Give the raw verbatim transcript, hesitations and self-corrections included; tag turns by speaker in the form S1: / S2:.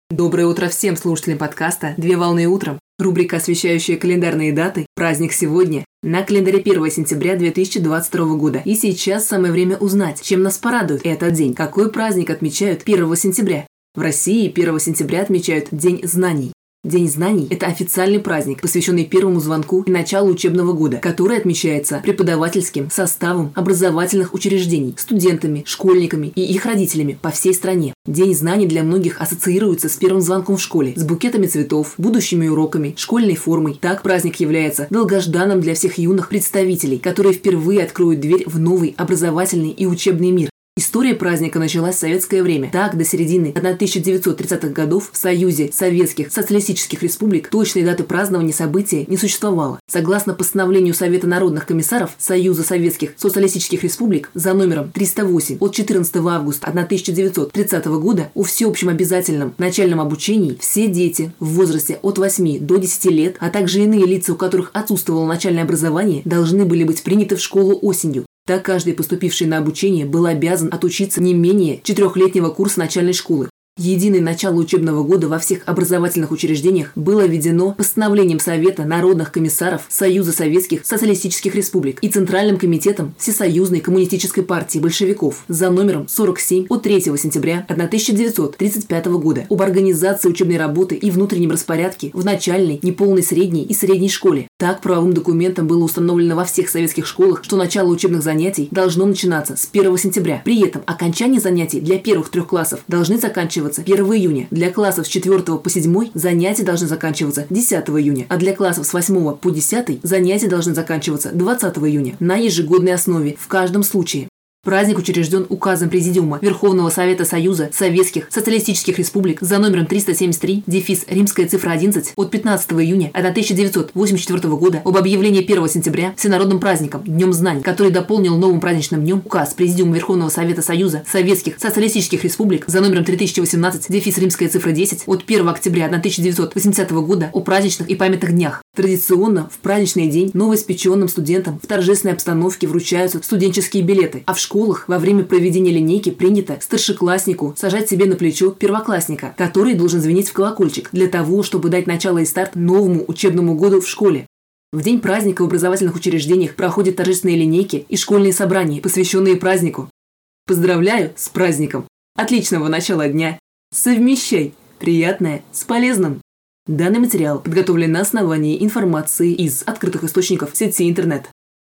S1: Доброе утро всем слушателям подкаста «Две волны утром». Рубрика, освещающая календарные даты. Праздник сегодня. На календаре первое сентября две тысячи двадцать второго года. И сейчас самое время узнать, чем нас порадует этот день. Какой праздник отмечают первого сентября? В России первого сентября отмечают День знаний. День знаний – это официальный праздник, посвященный первому звонку и началу учебного года, который отмечается преподавательским составом образовательных учреждений, студентами, школьниками и их родителями по всей стране. День знаний для многих ассоциируется с первым звонком в школе, с букетами цветов, будущими уроками, школьной формой. Так праздник является долгожданным для всех юных представителей, которые впервые откроют дверь в новый образовательный и учебный мир. История праздника началась в советское время. Так, до середины тысяча девятьсот тридцатых годов в Союзе Советских Социалистических Республик точной даты празднования события не существовало. Согласно постановлению Совета народных комиссаров Союза Советских Социалистических Республик за номером триста восемь от четырнадцатого августа тысяча девятьсот тридцатого года о всеобщем обязательном начальном обучении все дети в возрасте от восьми до десяти лет, а также иные лица, у которых отсутствовало начальное образование, должны были быть приняты в школу осенью. Так каждый, поступивший на обучение, был обязан отучиться не менее четырехлетнего курса начальной школы. Единое начало учебного года во всех образовательных учреждениях было введено постановлением Совета народных комиссаров Союза Советских Социалистических Республик и Центральным комитетом Всесоюзной коммунистической партии большевиков за номером сорок семь от третьего сентября тысяча девятьсот тридцать пятого года об организации учебной работы и внутреннем распорядке в начальной, неполной средней и средней школе. Так правовым документом было установлено во всех советских школах, что начало учебных занятий должно начинаться с первого сентября. При этом окончание занятий для первых трех классов должны заканчиваться первого июня. Для классов с четвёртого по седьмой занятия должны заканчиваться десятого июня, а для классов с восьмого по десятый занятия должны заканчиваться двадцатого июня на ежегодной основе в каждом случае. Праздник учрежден указом Президиума Верховного Совета Союза Советских Социалистических Республик за номером триста семьдесят три, дефис римская цифра одиннадцать от пятнадцатого июня тысяча девятьсот восемьдесят четвёртого года об объявлении первого сентября всенародным праздником, Днем знаний, который дополнил новым праздничным днем указ Президиума Верховного Совета Союза Советских Социалистических Республик за номером три тысячи восемнадцать, дефис римская цифра десять от первого октября тысяча девятьсот восьмидесятого года о праздничных и памятных днях. Традиционно в праздничный день новоиспеченным студентам в торжественной обстановке вручаются студенческие билеты, а в школах во время проведения линейки принято старшекласснику сажать себе на плечо первоклассника, который должен звенеть в колокольчик для того, чтобы дать начало и старт новому учебному году в школе. В день праздника в образовательных учреждениях проходят торжественные линейки и школьные собрания, посвященные празднику. Поздравляю с праздником! Отличного начала дня! Совмещай приятное с полезным! Данный материал подготовлен на основании информации из открытых источников сети интернет.